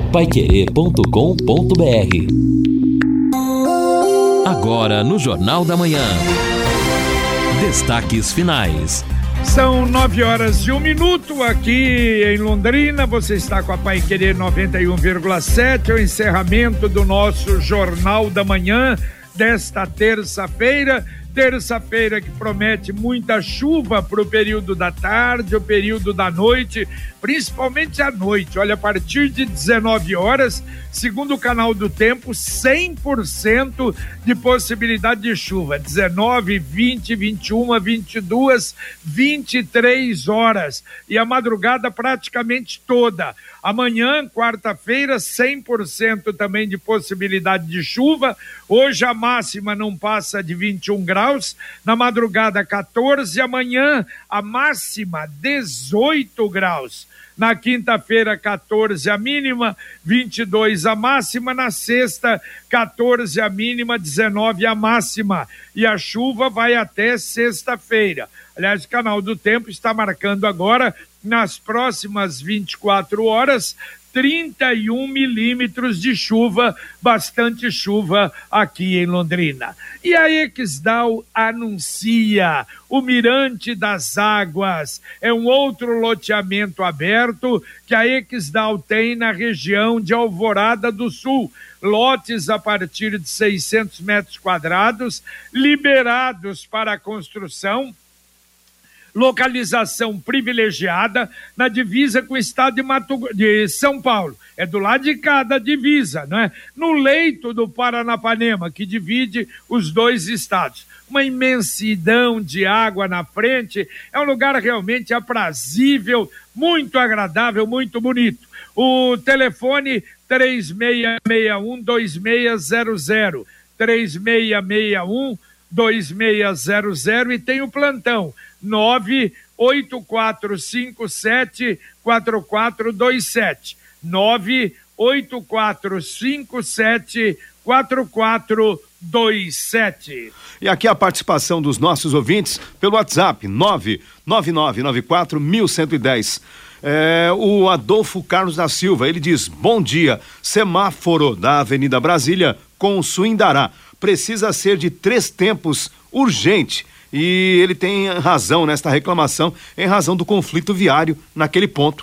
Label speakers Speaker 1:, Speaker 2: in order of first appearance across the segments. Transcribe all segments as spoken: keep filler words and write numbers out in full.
Speaker 1: pai querer ponto com ponto b r. Agora no Jornal da Manhã. Destaques finais.
Speaker 2: São nove horas e um minuto aqui em Londrina. Você está com a Pai Querer noventa e um vírgula sete, o encerramento do nosso Jornal da Manhã desta terça-feira. Terça-feira que promete muita chuva para o período da tarde, o período da noite, principalmente à noite. Olha, a partir de dezenove horas, segundo o Canal do Tempo, cem por cento de possibilidade de chuva. dezenove, vinte, vinte e uma, vinte e duas, vinte e três horas. E a madrugada praticamente toda. Amanhã, quarta-feira, cem por cento também de possibilidade de chuva. Hoje a máxima não passa de vinte e um graus. Na madrugada, quatorze. Amanhã, a máxima, dezoito graus. Na quinta-feira, quatorze a mínima, vinte e dois a máxima. Na sexta, quatorze a mínima, dezenove a máxima. E a chuva vai até sexta-feira. Aliás, o Canal do Tempo está marcando agora, nas próximas vinte e quatro horas, trinta e um milímetros de chuva, bastante chuva aqui em Londrina. E a Exdal anuncia o Mirante das Águas. É um outro loteamento aberto que a Exdal tem na região de Alvorada do Sul. Lotes a partir de seiscentos metros quadrados, liberados para a construção. Localização privilegiada na divisa com o estado de, Mato, de São Paulo. É do lado de cá da divisa, não é? No leito do Paranapanema, que divide os dois estados. Uma imensidão de água na frente. É um lugar realmente aprazível, muito agradável, muito bonito. O telefone três seis seis um, dois seis zero zero. três seis seis um, dois seis zero zero e tem o plantão nove oito quatro cinco sete quatro quatro dois sete. nove oito quatro cinco sete quatro quatro dois sete.
Speaker 3: E aqui a participação dos nossos ouvintes pelo WhatsApp nove nove nove nove quatro um um zero. É, o Adolfo Carlos da Silva, ele diz: bom dia, semáforo da Avenida Brasília com Suindará precisa ser de três tempos, urgente. E ele tem razão nesta reclamação em razão do conflito viário naquele ponto.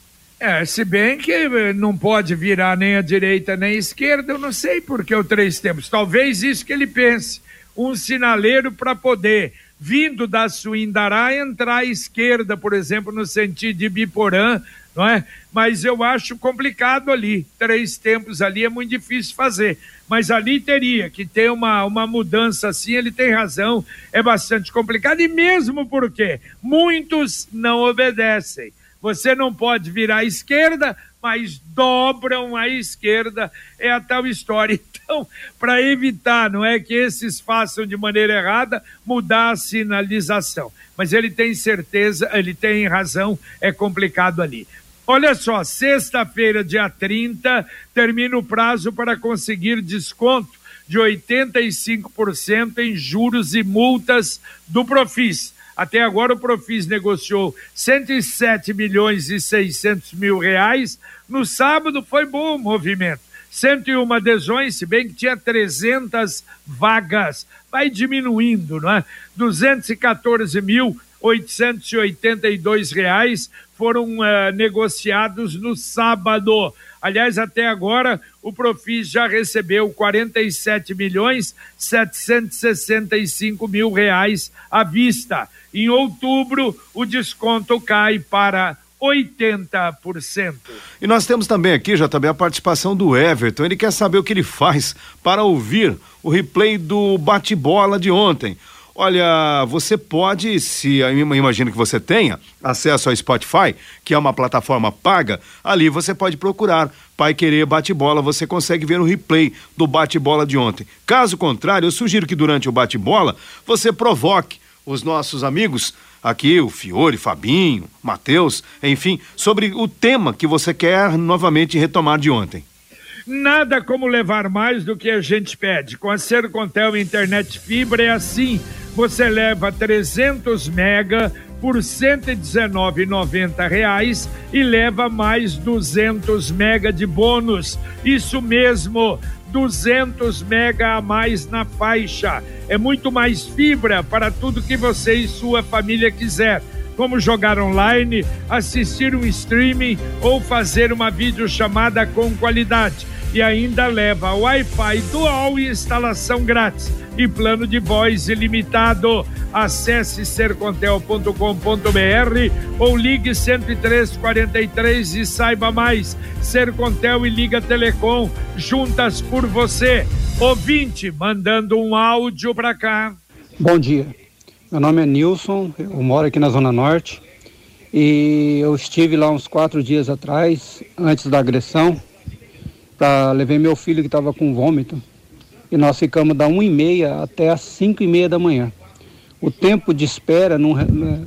Speaker 2: É, se bem que não pode virar nem a direita nem a esquerda, eu não sei por que o três tempos. Talvez isso que ele pense, um sinaleiro para poder, vindo da Suindará, entrar à esquerda, por exemplo, no sentido de Biporã, não é? Mas eu acho complicado ali, três tempos ali é muito difícil fazer, mas ali teria que ter uma, uma mudança assim, ele tem razão, é bastante complicado, e mesmo porque muitos não obedecem. Você não pode virar à esquerda, mas dobram à esquerda, é a tal história. Então, para evitar, não é que esses façam de maneira errada, mudar a sinalização. Mas ele tem certeza, ele tem razão, é complicado ali. Olha só, sexta-feira, dia trinta, termina o prazo para conseguir desconto de oitenta e cinco por cento em juros e multas do Profis. Até agora o Profis negociou cento e sete milhões e seiscentos mil reais. No sábado foi bom o movimento. cento e uma adesões, se bem que tinha trezentas vagas. Vai diminuindo, não é? duzentos e quatorze mil oitocentos e oitenta e dois reais foram uh, negociados no sábado. Aliás, até agora, o Profis já recebeu quarenta e sete milhões setecentos e sessenta e cinco mil reais à vista. Em outubro, o desconto cai para oitenta por cento.
Speaker 3: E nós temos também aqui, já também a participação do Everton. Ele quer saber o que ele faz para ouvir o replay do bate-bola de ontem. Olha, você pode, se eu imagino que você tenha acesso ao Spotify, que é uma plataforma paga, ali você pode procurar Pai Querer Bate-Bola, você consegue ver o replay do bate-bola de ontem. Caso contrário, eu sugiro que durante o bate-bola você provoque os nossos amigos aqui, o Fiore, Fabinho, Matheus, enfim, sobre o tema que você quer novamente retomar de ontem.
Speaker 2: Nada como levar mais do que a gente pede. Com a Sercontel Internet Fibra é assim. Você leva trezentos mega por cento e dezenove reais e noventa centavos e leva mais duzentos mega de bônus. Isso mesmo, duzentos mega a mais na faixa. É muito mais fibra para tudo que você e sua família quiser, como jogar online, assistir um streaming ou fazer uma videochamada com qualidade. E ainda leva Wi-Fi dual e instalação grátis e plano de voz ilimitado. Acesse sercontel ponto com ponto br ou ligue cento e três, quarenta e três e saiba mais. Sercontel e Liga Telecom, juntas por você. Ouvinte, mandando um áudio para cá.
Speaker 4: Bom dia, meu nome é Nilson, eu moro aqui na Zona Norte e eu estive lá uns quatro dias atrás, antes da agressão, pra, levei meu filho que estava com vômito e nós ficamos da uma e meia até as cinco e meia da manhã. O tempo de espera não,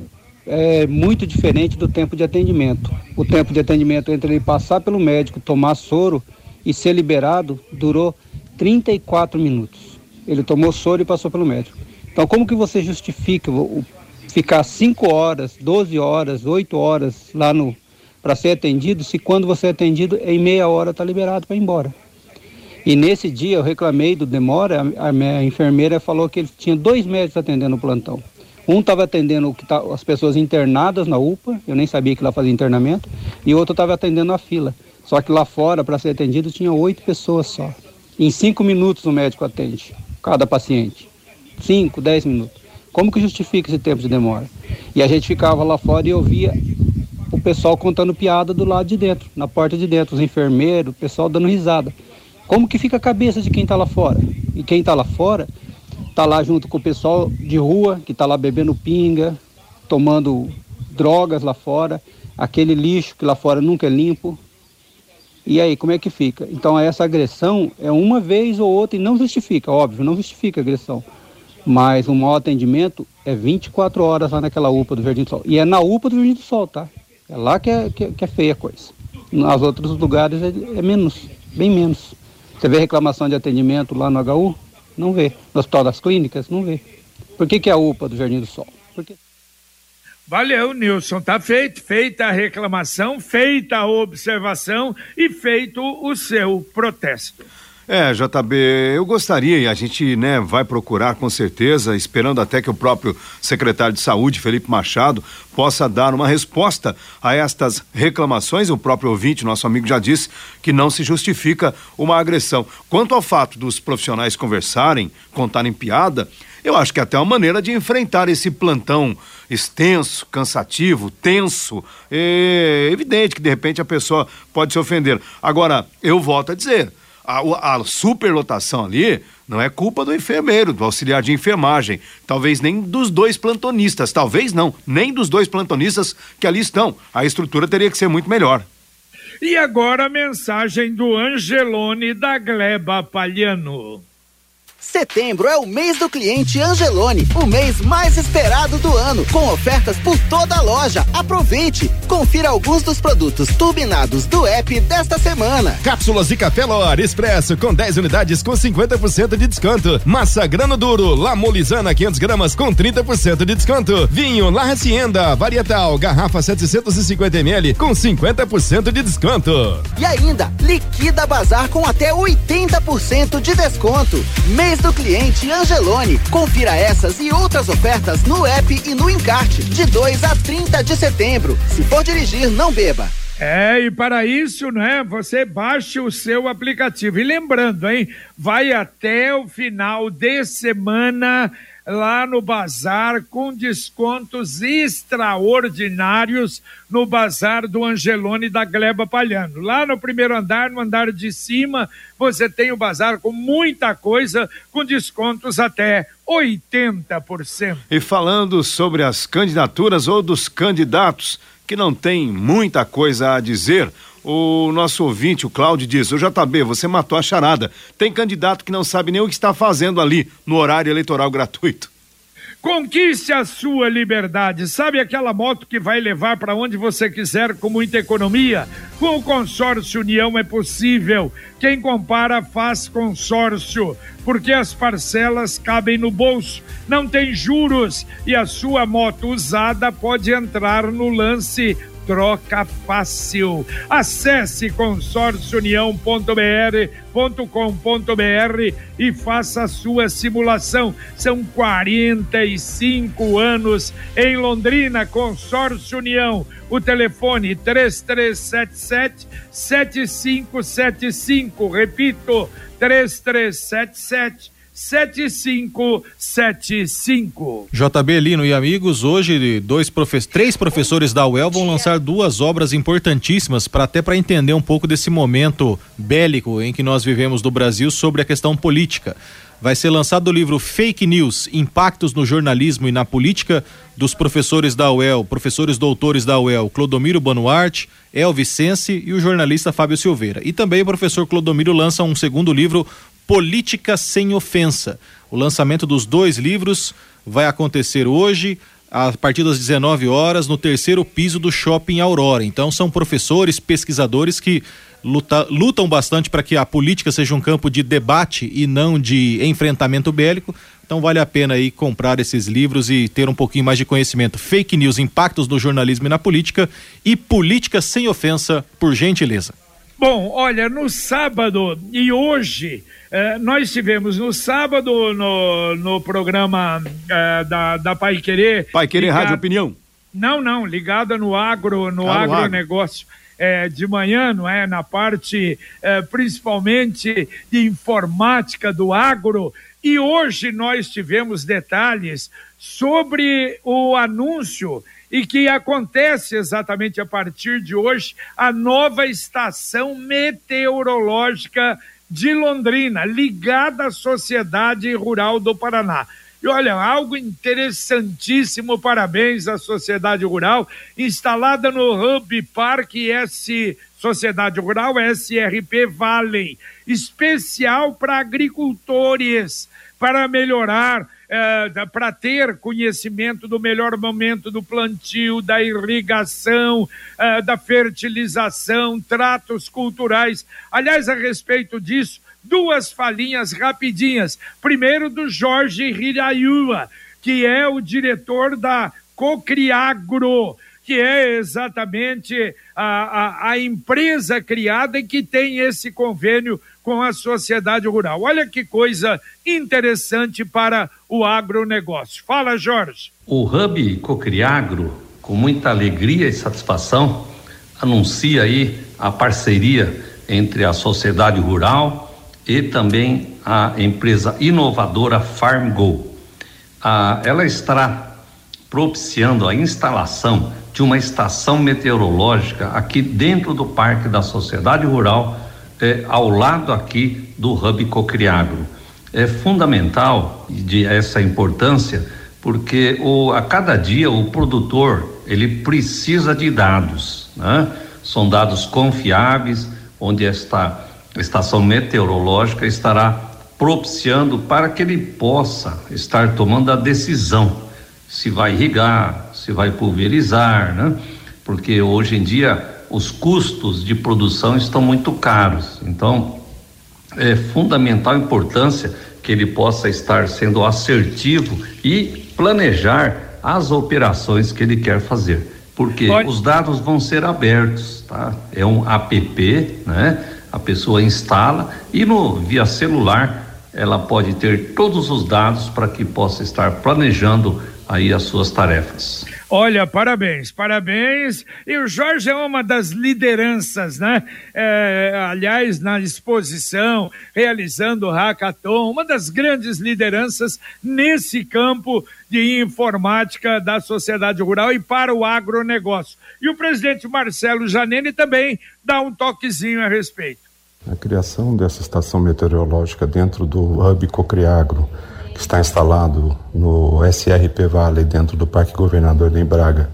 Speaker 4: é muito diferente do tempo de atendimento. O tempo de atendimento entre ele passar pelo médico, tomar soro e ser liberado durou trinta e quatro minutos. Ele tomou soro e passou pelo médico. Então, como que você justifica o, ficar cinco horas, doze horas, oito horas lá no para ser atendido, se quando você é atendido em meia hora está liberado para ir embora? E nesse dia eu reclamei do demora, a, a minha enfermeira falou que ele tinha dois médicos atendendo o plantão. Um estava atendendo que tá, as pessoas internadas na U P A, eu nem sabia que lá fazia internamento, e o outro estava atendendo a fila. Só que lá fora, para ser atendido, tinha oito pessoas só. Em cinco minutos o médico atende cada paciente. Cinco, dez minutos. Como que justifica esse tempo de demora? E a gente ficava lá fora e ouvia o pessoal contando piada do lado de dentro, na porta de dentro, os enfermeiros, o pessoal dando risada. Como que fica a cabeça de quem está lá fora? E quem está lá fora está lá junto com o pessoal de rua, que está lá bebendo pinga, tomando drogas lá fora, aquele lixo que lá fora nunca é limpo. E aí, como é que fica? Então, essa agressão é uma vez ou outra e não justifica, óbvio, não justifica a agressão. Mas o mau atendimento é vinte e quatro horas lá naquela U P A do Jardim do Sol. E é na U P A do Jardim do Sol, tá? É lá que é, que é, que é feia a coisa. Nos outros lugares é, é menos, bem menos. Você vê reclamação de atendimento lá no H U? Não vê. No Hospital das Clínicas? Não vê. Por que que é a U P A do Jardim do Sol? Por quê?
Speaker 2: Valeu, Nilson. Tá feito, feita a reclamação, feita a observação e feito o seu protesto.
Speaker 3: É, J B, eu gostaria, e a gente, né, vai procurar com certeza, esperando até que o próprio secretário de Saúde, Felipe Machado, possa dar uma resposta a estas reclamações. O próprio ouvinte, nosso amigo, já disse que não se justifica uma agressão. Quanto ao fato dos profissionais conversarem, contarem piada, eu acho que é até uma maneira de enfrentar esse plantão extenso, cansativo, tenso. É evidente que de repente a pessoa pode se ofender. Agora, eu volto a dizer, A, a superlotação ali não é culpa do enfermeiro, do auxiliar de enfermagem, talvez nem dos dois plantonistas, talvez não, nem dos dois plantonistas que ali estão. A estrutura teria que ser muito melhor.
Speaker 2: E agora a mensagem do Angelone da Gleba Palhano.
Speaker 5: Setembro é o mês do cliente Angelone, o mês mais esperado do ano, com ofertas por toda a loja. Aproveite! Confira alguns dos produtos turbinados do app desta semana.
Speaker 6: Cápsulas de café Lor Expresso com dez unidades com cinquenta por cento de desconto. Massa grano duro La Molizana quinhentas gramas com trinta por cento de desconto. Vinho La Hacienda Varietal garrafa setecentos e cinquenta mililitros com cinquenta por cento de desconto.
Speaker 5: E ainda, liquida bazar com até oitenta por cento de desconto. Mês do cliente Angelone. Confira essas e outras ofertas no app e no encarte, de dois a trinta de setembro. Se for dirigir, não beba.
Speaker 2: É, e para isso, né, você baixe o seu aplicativo. E lembrando, hein, vai até o final de semana lá no Bazar com descontos extraordinários no Bazar do Angelone da Gleba Palhano. Lá no primeiro andar, no andar de cima, você tem o bazar com muita coisa, com descontos até oitenta por cento.
Speaker 3: E falando sobre as candidaturas ou dos candidatos que não tem muita coisa a dizer, o nosso ouvinte, o Cláudio, diz: ô J B, você matou a charada. Tem candidato que não sabe nem o que está fazendo ali no horário eleitoral gratuito.
Speaker 2: Conquiste a sua liberdade. Sabe aquela moto que vai levar para onde você quiser com muita economia? Com o Consórcio União é possível. Quem compara faz consórcio, porque as parcelas cabem no bolso, não tem juros e a sua moto usada pode entrar no lance troca fácil. Acesse consórcio união ponto b r ponto com ponto b r e faça a sua simulação. São quarenta e cinco anos em Londrina. Consórcio União. O telefone três três sete sete, sete cinco sete cinco. Repito, três três sete sete, sete cinco sete cinco.
Speaker 7: J B Lino e amigos, hoje dois profe- três professores da U E L vão lançar duas obras importantíssimas para até para entender um pouco desse momento bélico em que nós vivemos no Brasil sobre a questão política. Vai ser lançado o livro Fake News, Impactos no Jornalismo e na Política, dos professores da U E L, professores doutores da U E L, Clodomiro Banuarte, El Vicense e o jornalista Fábio Silveira. E também o professor Clodomiro lança um segundo livro, Política Sem Ofensa. O lançamento dos dois livros vai acontecer hoje, a partir das dezenove horas, no terceiro piso do Shopping Aurora. Então são professores, pesquisadores que luta, lutam bastante para que a política seja um campo de debate e não de enfrentamento bélico. Então vale a pena aí comprar esses livros e ter um pouquinho mais de conhecimento. Fake News, Impactos do Jornalismo e na Política e Política Sem Ofensa, por gentileza.
Speaker 2: Bom, olha, no sábado e hoje, eh, nós tivemos no sábado no, no programa eh, da, da Pai Querer.
Speaker 3: Pai Querer ligado, Rádio Opinião.
Speaker 2: Não, não, ligada no agro, no
Speaker 3: ah,
Speaker 2: agronegócio. É, de manhã, não é? Na parte é, principalmente de informática do agro. E hoje nós tivemos detalhes sobre o anúncio e que acontece exatamente a partir de hoje a nova estação meteorológica de Londrina, ligada à Sociedade Rural do Paraná. E olha, algo interessantíssimo, parabéns à Sociedade Rural, instalada no Hub Park S Sociedade Rural S R P Valley, especial para agricultores, para melhorar, eh, para ter conhecimento do melhor momento do plantio, da irrigação, eh, da fertilização, tratos culturais. Aliás, a respeito disso, duas falinhas rapidinhas. Primeiro do Jorge Hirayua, que é o diretor da Cocriagro, que é exatamente a, a, a empresa criada e que tem esse convênio com a sociedade rural. Olha que coisa interessante para o agronegócio. Fala, Jorge.
Speaker 8: O Hub Cocriagro, com muita alegria e satisfação, anuncia aí a parceria entre a sociedade rural e também a empresa inovadora FarmGo. Ah, ela estará propiciando a instalação de uma estação meteorológica aqui dentro do Parque da Sociedade Rural, eh, ao lado aqui do Hub Cocriagro. É fundamental de essa importância porque o, a cada dia o produtor ele precisa de dados, né? São dados confiáveis, onde esta estação meteorológica estará propiciando para que ele possa estar tomando a decisão se vai irrigar, se vai pulverizar, né? Porque hoje em dia os custos de produção estão muito caros, então é fundamental a importância que ele possa estar sendo assertivo e planejar as operações que ele quer fazer, porque Pode. os dados vão ser abertos, tá? É um app, né? A pessoa instala e no via celular ela pode ter todos os dados para que possa estar planejando aí as suas tarefas.
Speaker 2: Olha, parabéns, parabéns. E o Jorge é uma das lideranças, né? É, aliás, na exposição, realizando o hackathon, uma das grandes lideranças nesse campo de informática da sociedade rural e para o agronegócio. E o presidente Marcelo Janene também dá um toquezinho a respeito.
Speaker 9: A criação dessa estação meteorológica dentro do Hub Cocriagro, que está instalado no S R P Valley, dentro do Parque Governador de Braga,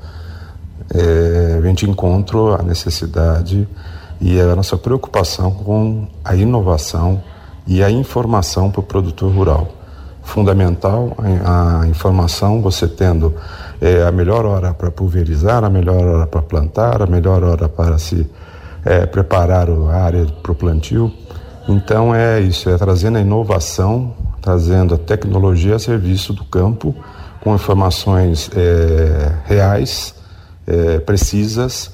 Speaker 9: é, vem de encontro à necessidade e a nossa preocupação com a inovação e a informação para o produtor rural. fundamental a, a informação, você tendo é, a melhor hora para pulverizar, a melhor hora para plantar, a melhor hora para se é, preparar a área para o plantio. Então é isso, é trazendo a inovação, trazendo a tecnologia a serviço do campo, com informações é, reais, é, precisas,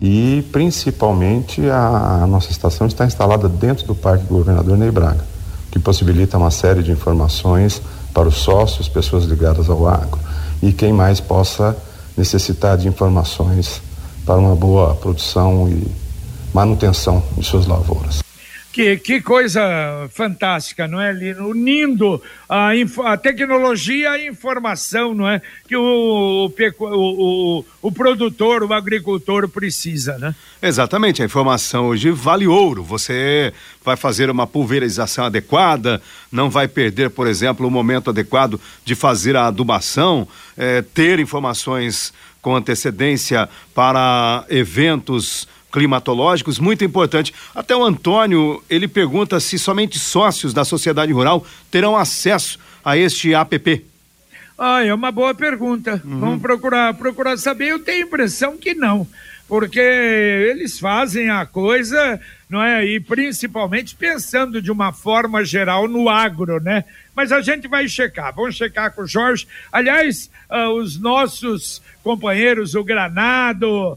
Speaker 9: e principalmente a, a nossa estação está instalada dentro do Parque Governador Ney Braga, que possibilita uma série de informações para os sócios, pessoas ligadas ao agro e quem mais possa necessitar de informações para uma boa produção e manutenção de suas lavouras.
Speaker 2: Que, que coisa fantástica, não é, Lino? Unindo a, info, a tecnologia à informação, não é? Que o, o, o, o produtor, o agricultor precisa, né?
Speaker 3: Exatamente, a informação hoje vale ouro. Você vai fazer uma pulverização adequada, não vai perder, por exemplo, o momento adequado de fazer a adubação, é, ter informações com antecedência para eventos climatológicos, muito importante. Até o Antônio, ele pergunta se somente sócios da sociedade rural terão acesso a este app.
Speaker 2: Ah, é uma boa pergunta. Uhum. Vamos procurar, procurar saber. Eu tenho a impressão que não, porque eles fazem a coisa, não é? E principalmente pensando de uma forma geral no agro, né? Mas a gente vai checar, vamos checar com o Jorge. Aliás, uh, os nossos companheiros, o Granado,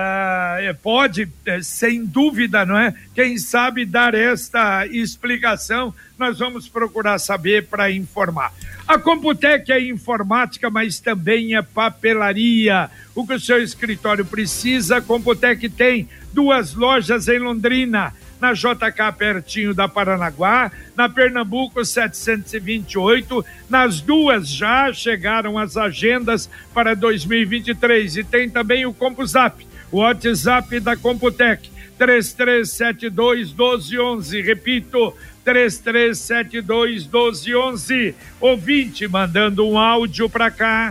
Speaker 2: uh, pode, uh, sem dúvida, não é? Quem sabe dar esta explicação, nós vamos procurar saber para informar. A Computec é informática, mas também é papelaria. O que o seu escritório precisa, a Computec tem duas lojas em Londrina, na J K pertinho da Paranaguá, na Pernambuco setecentos e vinte e oito, nas duas já chegaram as agendas para dois mil e vinte e três, e tem também o CompuZap, o WhatsApp da Computec, três três sete dois, um dois um um, repito, três três sete dois, um dois um um, ouvinte mandando um áudio para cá.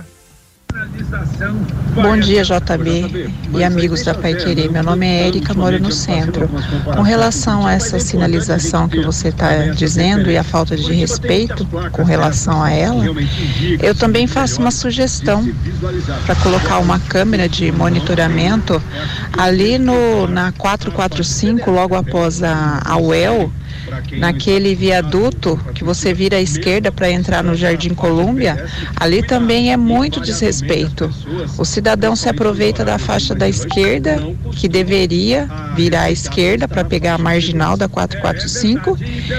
Speaker 10: Bom dia, J B e amigos da Pai Querer. Meu nome é Érica, moro no centro. Com relação a essa sinalização que você está dizendo e a falta de respeito com relação a ela, eu também faço uma sugestão para colocar uma câmera de monitoramento ali no, na quatrocentos e quarenta e cinco, logo após a, a U E L, naquele viaduto que você vira à esquerda para entrar no Jardim Colúmbia. Ali também é muito desrespeito. O cidadão se aproveita da faixa da esquerda, que deveria virar à esquerda para pegar a marginal da quatrocentos e quarenta e cinco,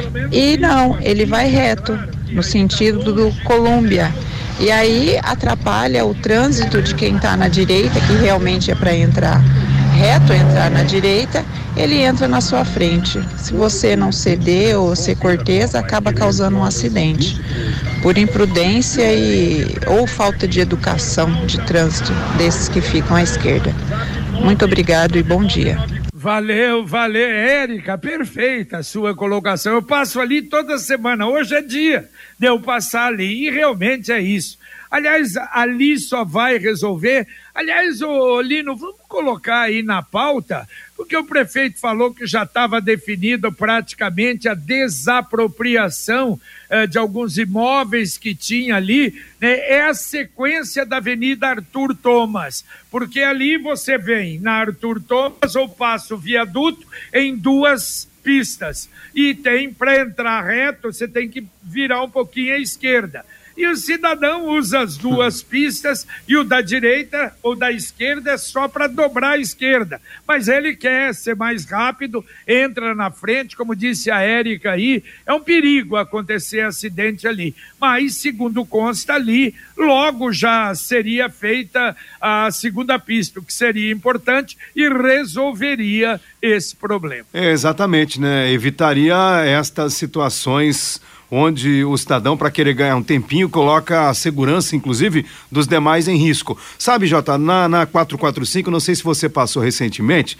Speaker 10: e não, ele vai reto no sentido do Colúmbia. E aí atrapalha o trânsito de quem está na direita, que realmente é para entrar reto, entrar na direita, ele entra na sua frente. Se você não ceder ou ser cortês, acaba causando um acidente, por imprudência e ou falta de educação de trânsito desses que ficam à esquerda. Muito obrigado e bom dia.
Speaker 2: Valeu, valeu, Érica, perfeita a sua colocação. Eu passo ali toda semana, hoje é dia de eu passar ali, e realmente é isso. Aliás, ali só vai resolver. Aliás, ô Lino, vamos colocar aí na pauta, porque o prefeito falou que já estava definido praticamente a desapropriação eh, de alguns imóveis que tinha ali, né? É a sequência da Avenida Arthur Thomas, porque ali você vem na Arthur Thomas ou passa o viaduto em duas pistas, e tem, para entrar reto, você tem que virar um pouquinho à esquerda. E o cidadão usa as duas pistas, e o da direita ou da esquerda é só para dobrar a esquerda. Mas ele quer ser mais rápido, entra na frente, como disse a Érica aí, é um perigo acontecer acidente ali. Mas, segundo consta ali, logo já seria feita a segunda pista, o que seria importante e resolveria esse problema.
Speaker 3: É, exatamente, né? Evitaria estas situações onde o cidadão, para querer ganhar um tempinho, coloca a segurança, inclusive, dos demais em risco. Sabe, Jota, na, na quatrocentos e quarenta e cinco, não sei se você passou recentemente,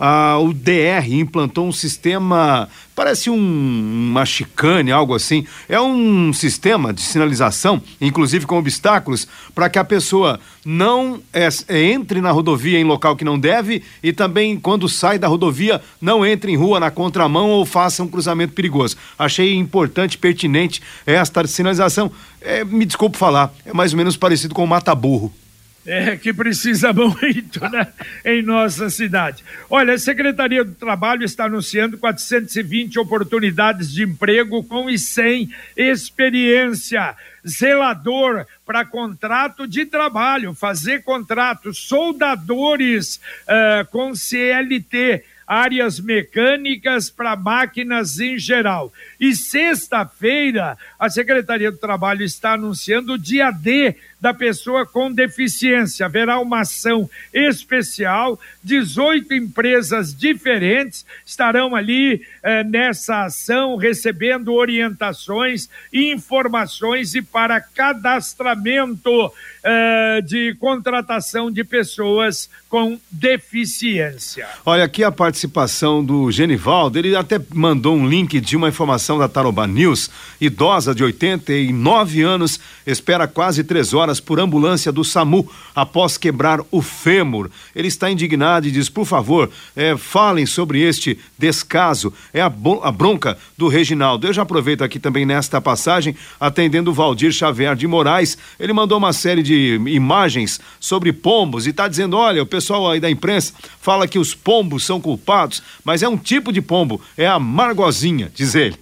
Speaker 3: Ah, o D R implantou um sistema, parece um, uma chicane, algo assim. É um sistema de sinalização, inclusive com obstáculos, para que a pessoa não é, entre na rodovia em local que não deve e também, quando sai da rodovia, não entre em rua na contramão ou faça um cruzamento perigoso. Achei importante, pertinente esta sinalização. É, me desculpe falar, é mais ou menos parecido com o mata-burro.
Speaker 2: É, que precisa muito, né, em nossa cidade. Olha, a Secretaria do Trabalho está anunciando quatrocentas e vinte oportunidades de emprego com e sem experiência. Zelador para contrato de trabalho, fazer contrato, soldadores uh, com C L T, áreas mecânicas para máquinas em geral. E sexta-feira, a Secretaria do Trabalho está anunciando o dia D da pessoa com deficiência. Haverá uma ação especial, dezoito empresas diferentes estarão ali eh, nessa ação, recebendo orientações, informações e para cadastramento eh, de contratação de pessoas com deficiência.
Speaker 3: Olha, aqui a participação do Genivaldo, ele até mandou um link de uma informação da Tarobá News. Idosa de oitenta e nove anos espera quase três horas por ambulância do SAMU após quebrar o fêmur. Ele está indignado e diz, por favor, é, falem sobre este descaso. É a, a bronca do Reginaldo. Eu já aproveito aqui também nesta passagem, atendendo o Valdir Xavier de Moraes. Ele mandou uma série de imagens sobre pombos e está dizendo, olha, o pessoal aí da imprensa fala que os pombos são culpados, mas é um tipo de pombo, é a margozinha, diz ele.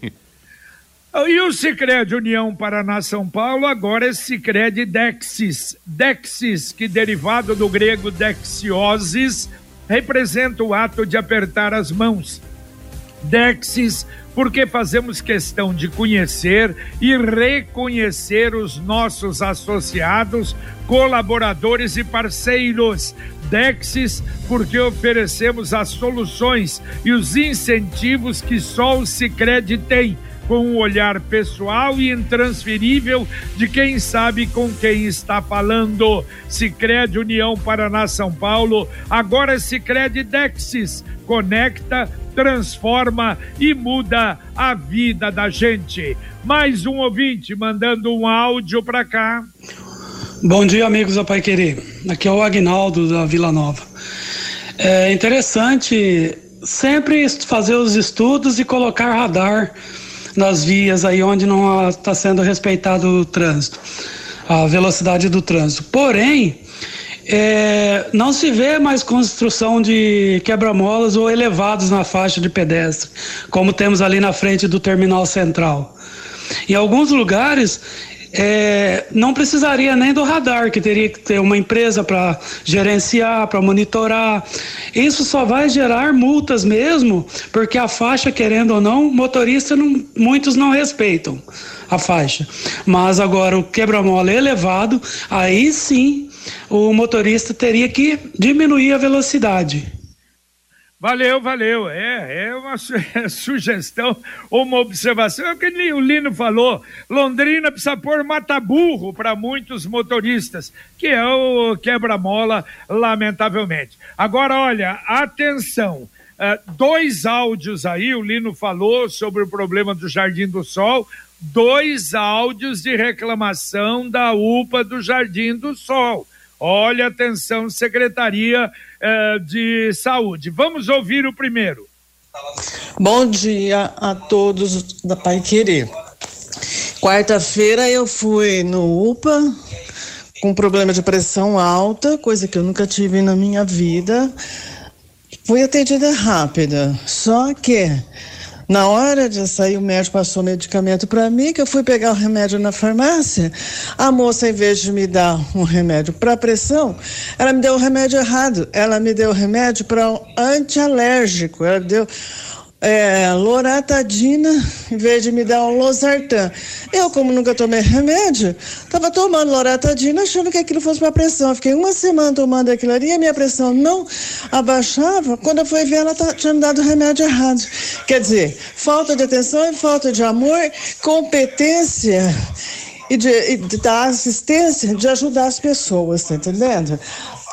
Speaker 2: E o Sicredi União Paraná São Paulo agora é Sicredi Dexis. Dexis, que derivado do grego dexiosis, representa o ato de apertar as mãos. Dexis, porque fazemos questão de conhecer e reconhecer os nossos associados, colaboradores e parceiros. Dexis, porque oferecemos as soluções e os incentivos que só o Sicredi tem, com um olhar pessoal e intransferível de quem sabe com quem está falando. Sicredi União Paraná São Paulo, agora é Sicredi Dexis, conecta, transforma e muda a vida da gente. Mais um ouvinte mandando um áudio para cá.
Speaker 11: Bom dia, amigos da Pai Querer. Aqui é o Agnaldo da Vila Nova. É interessante sempre fazer os estudos e colocar radar nas vias aí onde não está sendo respeitado o trânsito, a velocidade do trânsito. Porém, é, não se vê mais construção de quebra-molas ou elevados na faixa de pedestre, como temos ali na frente do Terminal Central. Em alguns lugares, é, não precisaria nem do radar, que teria que ter uma empresa para gerenciar, para monitorar. Isso só vai gerar multas mesmo, porque a faixa, querendo ou não, motorista não, muitos não respeitam a faixa. Mas agora o quebra-mola elevado, aí sim o motorista teria que diminuir a velocidade.
Speaker 2: Valeu, valeu. É, é uma su- sugestão ou uma observação. É o que o Lino falou. Londrina precisa pôr mata-burro para muitos motoristas, que é o quebra-mola, lamentavelmente. Agora, olha, atenção. Uh, dois áudios aí, o Lino falou sobre o problema do Jardim do Sol. Dois áudios de reclamação da U P A do Jardim do Sol. Olha, atenção, Secretaria eh, de Saúde. Vamos ouvir o primeiro.
Speaker 12: Bom dia a todos da Pai Querer. Quarta-feira eu fui no U P A com problema de pressão alta, coisa que eu nunca tive na minha vida. Fui atendida rápida, só que na hora de sair, o médico passou medicamento para mim, que eu fui pegar o remédio na farmácia. A moça, em vez de me dar um remédio para pressão, ela me deu o remédio errado. Ela me deu o remédio para um antialérgico. Ela deu é, loratadina, em vez de me dar um losartan. Eu, como nunca tomei remédio, estava tomando loratadina, achando que aquilo fosse para pressão. Eu fiquei uma semana tomando aquilo ali, a minha pressão não abaixava. Quando eu fui ver, ela tá, tinha me dado o remédio errado. Quer dizer, falta de atenção e falta de amor, competência e, de, e da assistência de ajudar as pessoas, tá entendendo?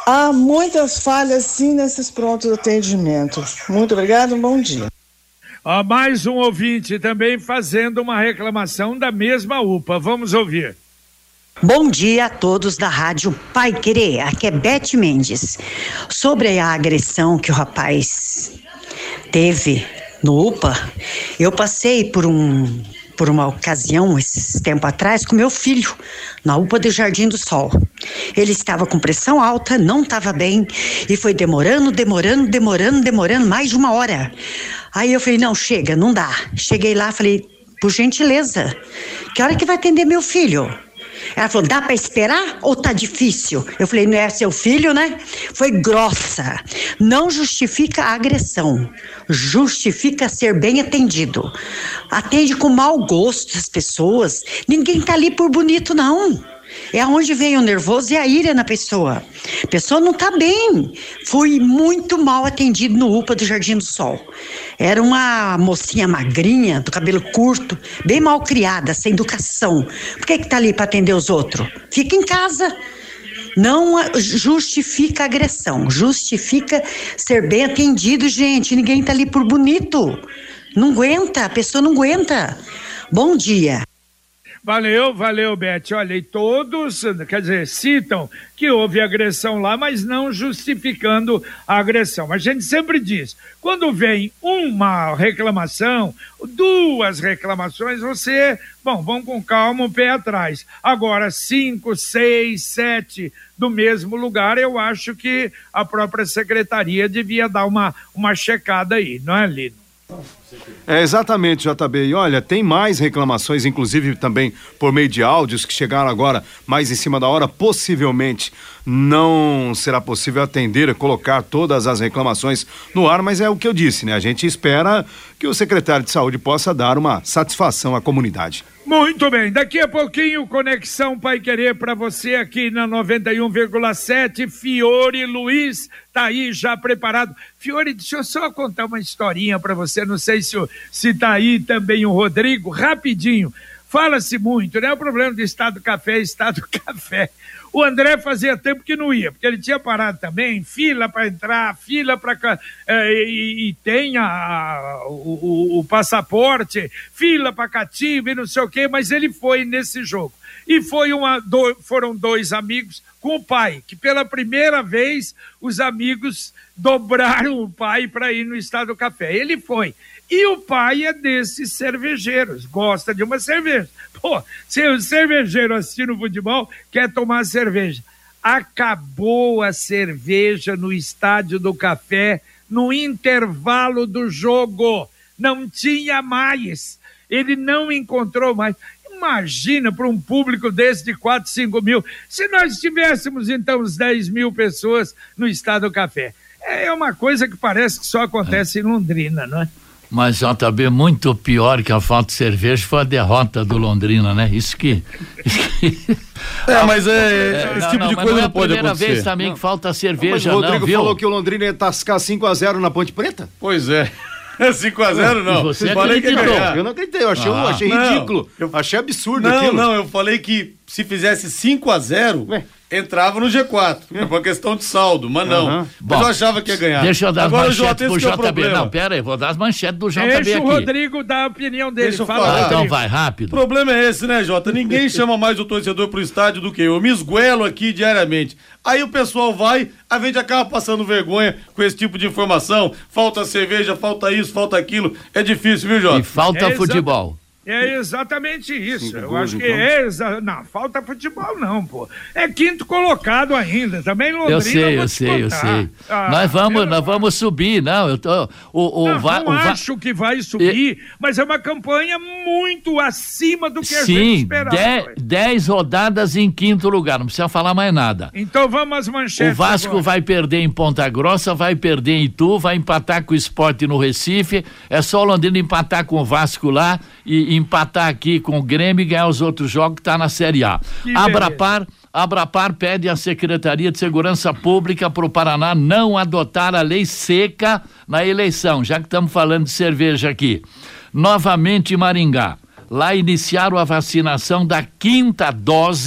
Speaker 12: há muitas falhas sim nesses prontos atendimentos. Muito obrigado, um bom dia.
Speaker 2: Há mais um ouvinte também fazendo uma reclamação da mesma U P A. Vamos ouvir.
Speaker 13: Bom dia a todos da Rádio Pai Querer, aqui é Beth Mendes. Sobre a agressão que o rapaz teve no U P A, eu passei por um, por uma ocasião, esses tempo atrás, com meu filho, na U P A do Jardim do Sol. Ele estava com pressão alta, não estava bem, e foi demorando, demorando, demorando, demorando, mais de uma hora. Aí eu falei, não, chega, não dá. Cheguei lá, falei, por gentileza, que hora que vai atender meu filho? Ela falou, dá pra esperar ou tá difícil? Eu falei, não é seu filho, né? Foi grossa. Não justifica a agressão. Justifica ser bem atendido. Atende com mau gosto as pessoas. Ninguém tá ali por bonito, não. É onde vem o nervoso e a ira na pessoa. A pessoa não tá bem. Fui muito mal atendido no U P A do Jardim do Sol. Era uma mocinha magrinha, do cabelo curto, bem mal criada, sem educação. Por que que tá ali para atender os outros? Fica em casa. Não justifica a agressão, justifica ser bem atendido, gente. Ninguém tá ali por bonito. Não aguenta, a pessoa não aguenta. Bom dia.
Speaker 2: Valeu, valeu, Beth. Olha, e todos, quer dizer, citam que houve agressão lá, mas não justificando a agressão. A gente sempre diz, quando vem uma reclamação, duas reclamações, você, bom, vão com calma, o pé atrás. Agora, cinco, seis, sete do mesmo lugar, eu acho que a própria secretaria devia dar uma, uma checada aí, não é, Lino?
Speaker 3: É, exatamente, J B. E olha, tem mais reclamações, inclusive também por meio de áudios que chegaram agora mais em cima da hora. Possivelmente não será possível atender, colocar todas as reclamações no ar, mas é o que eu disse, né? A gente espera que o secretário de saúde possa dar uma satisfação à comunidade.
Speaker 2: Muito bem, daqui a pouquinho, Conexão Pai Querer para você aqui na noventa e um vírgula sete. Fiore Luiz tá aí já preparado. Fiore, deixa eu só contar uma historinha para você, não sei se, se tá aí também o Rodrigo, rapidinho. Fala-se muito, né? O problema do Estado Café é Estado Café. O André fazia tempo que não ia, porque ele tinha parado também, fila para entrar, fila para... É, e, e tem a, o, o, o passaporte, fila para cativa e não sei o quê, mas ele foi nesse jogo. E foi uma, do, foram dois amigos com o pai, que pela primeira vez os amigos dobraram o pai para ir no Estado Café. Ele foi. E o pai é desses cervejeiros, gosta de uma cerveja. Pô, se o cervejeiro assistindo futebol, quer tomar cerveja. Acabou a cerveja no Estádio do Café, no intervalo do jogo. Não tinha mais. Ele não encontrou mais. Imagina para um público desse de quatro, cinco mil. Se nós tivéssemos, então, uns dez mil pessoas no Estado do Café. É uma coisa que parece que só acontece é. em Londrina, não é?
Speaker 14: Mas, J B, muito pior que a falta de cerveja foi a derrota do Londrina, né? Isso que... Isso que...
Speaker 15: É, mas é, é esse
Speaker 14: não,
Speaker 15: tipo
Speaker 14: não,
Speaker 15: de coisa não,
Speaker 14: não
Speaker 15: é pode acontecer.
Speaker 14: É a primeira vez também
Speaker 3: não.
Speaker 14: que falta cerveja,
Speaker 3: não,
Speaker 14: não,
Speaker 3: o Rodrigo
Speaker 14: viu?
Speaker 3: falou que o Londrina ia tascar cinco a zero na Ponte Preta?
Speaker 15: Pois é. cinco a zero não.
Speaker 14: Você
Speaker 15: falei que
Speaker 3: Eu não acreditei, eu achei, ah, achei ridículo. Eu achei absurdo
Speaker 15: não,
Speaker 3: aquilo.
Speaker 15: Não, não, eu falei que se fizesse cinco a zero, Ué? entrava no G quatro. É uma questão de saldo, mas não. Uhum. Mas Bom, eu achava que ia ganhar.
Speaker 14: Deixa eu dar
Speaker 15: Agora,
Speaker 14: as manchetes pro J B.
Speaker 15: É
Speaker 14: não, pera aí, vou dar as manchetes do J B
Speaker 2: Deixa
Speaker 14: aqui.
Speaker 2: o Rodrigo dar a opinião dele.
Speaker 15: Deixa eu
Speaker 2: Fala,
Speaker 15: falar.
Speaker 14: Então vai, rápido.
Speaker 15: O problema é esse, né, Jota? Ninguém chama mais o torcedor pro estádio do que eu. Eu me esguelo aqui diariamente. Aí o pessoal vai, a gente acaba passando vergonha com esse tipo de informação. Falta cerveja, falta isso, falta aquilo. É difícil, viu, Jota?
Speaker 14: E falta
Speaker 2: é
Speaker 14: futebol.
Speaker 2: É exatamente isso.
Speaker 3: Cinco
Speaker 2: Eu
Speaker 3: gols,
Speaker 2: acho que
Speaker 3: então.
Speaker 2: é exa... Não, falta futebol não, pô. É quinto colocado ainda. Também Londrina.
Speaker 14: Eu sei, eu sei, eu sei. Ah, nós vamos, nós vamos subir, não. Eu tô, o, o,
Speaker 2: não,
Speaker 14: va,
Speaker 2: não
Speaker 14: o va...
Speaker 2: acho que vai subir, e... mas é uma campanha muito acima do que a
Speaker 14: Sim,
Speaker 2: gente esperava.
Speaker 14: Sim, dez rodadas em quinto lugar, não precisa falar mais nada.
Speaker 2: Então vamos às manchetes.
Speaker 14: O Vasco
Speaker 2: agora.
Speaker 14: vai perder em Ponta Grossa, vai perder em Itu, vai empatar com o Sport no Recife. É só o Londrina empatar com o Vasco lá e empatar aqui com o Grêmio e ganhar os outros jogos que tá na Série A. Que Abrapar, Abrapar pede à Secretaria de Segurança Pública para o Paraná não adotar a lei seca na eleição, já que estamos falando de cerveja aqui. Novamente em Maringá, lá iniciaram a vacinação da quinta dose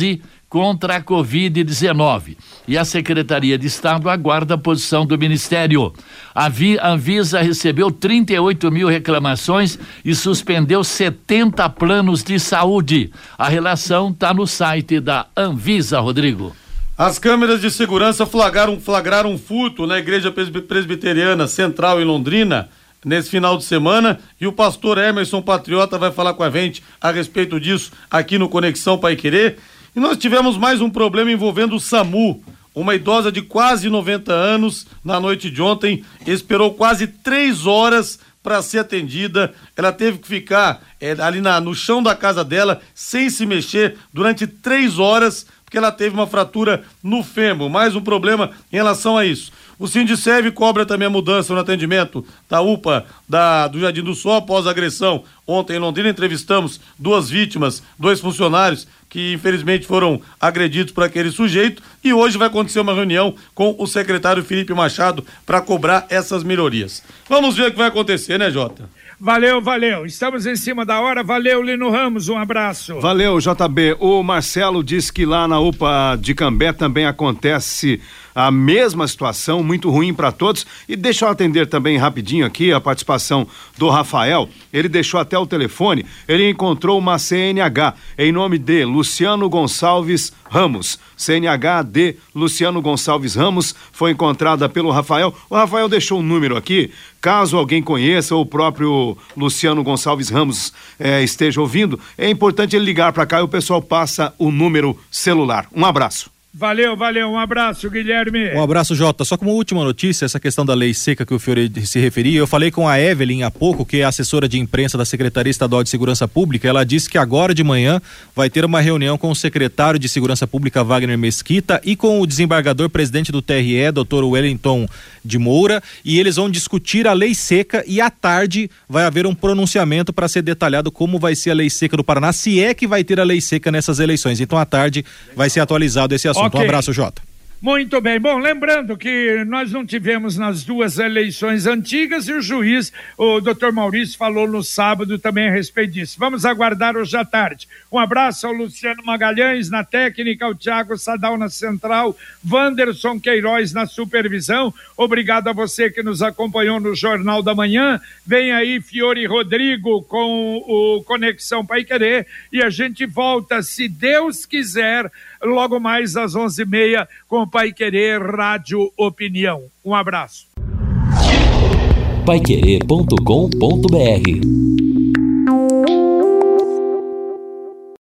Speaker 14: contra a covid dezenove. E a Secretaria de Estado aguarda a posição do Ministério. A Anvisa recebeu trinta e oito mil reclamações e suspendeu setenta planos de saúde. A relação está no site da Anvisa, Rodrigo.
Speaker 15: As câmeras de segurança flagraram, flagraram um furto na Igreja Presbiteriana Central em Londrina nesse final de semana, e o pastor Emerson Patriota vai falar com a gente a respeito disso aqui no Conexão Paiquerê. E nós tivemos mais um problema envolvendo o SAMU. Uma idosa de quase noventa anos, na noite de ontem, esperou quase três horas para ser atendida. Ela teve que ficar é, ali na, no chão da casa dela, sem se mexer, durante três horas, porque ela teve uma fratura no fêmur. Mais um problema em relação a isso. O Sindiserve cobra também a mudança no atendimento da U P A da, do Jardim do Sol após a agressão. Ontem em Londrina entrevistamos duas vítimas, dois funcionários que infelizmente foram agredidos por aquele sujeito, e hoje vai acontecer uma reunião com o secretário Felipe Machado para cobrar essas melhorias. Vamos ver o que vai acontecer, né, Jota?
Speaker 2: Valeu, valeu. Estamos em cima da hora. Valeu, Lino Ramos. Um abraço.
Speaker 3: Valeu, J B. O Marcelo diz que lá na U P A de Cambé também acontece a mesma situação, muito ruim para todos. E deixa eu atender também rapidinho aqui a participação do Rafael. Ele deixou até o telefone. Ele encontrou uma C N H em nome de Luciano Gonçalves Ramos. C N H de Luciano Gonçalves Ramos foi encontrada pelo Rafael. O Rafael deixou um número aqui, caso alguém conheça ou o próprio Luciano Gonçalves Ramos eh, esteja ouvindo, é importante ele ligar para cá e o pessoal passa o número celular. Um abraço.
Speaker 2: Valeu, valeu, um abraço, Guilherme.
Speaker 7: Um abraço, Jota. Só como última notícia, essa questão da lei seca que o Fiore se referia, eu falei com a Evelyn há pouco, que é assessora de imprensa da Secretaria Estadual de Segurança Pública. Ela disse que agora de manhã vai ter uma reunião com o secretário de Segurança Pública, Wagner Mesquita, e com o desembargador presidente do T R E, doutor Wellington de Moura, e eles vão discutir a lei seca, e à tarde vai haver um pronunciamento para ser detalhado como vai ser a lei seca do Paraná, se é que vai ter a lei seca nessas eleições. Então à tarde vai ser atualizado esse assunto. Okay. Um abraço, Jota.
Speaker 2: Muito bem. Bom, lembrando que nós não tivemos nas duas eleições antigas e o juiz, o doutor Maurício, falou no sábado também a respeito disso. Vamos aguardar hoje à tarde. Um abraço ao Luciano Magalhães na técnica, ao Thiago Sadal na central, Wanderson Queiroz na supervisão. Obrigado a você que nos acompanhou no Jornal da Manhã. Vem aí Fiore Rodrigo com o Conexão Paiquerê e a gente volta, se Deus quiser, logo mais às onze e meia com o Paiquerê Rádio Opinião. Um abraço.
Speaker 1: paiquerê ponto com ponto br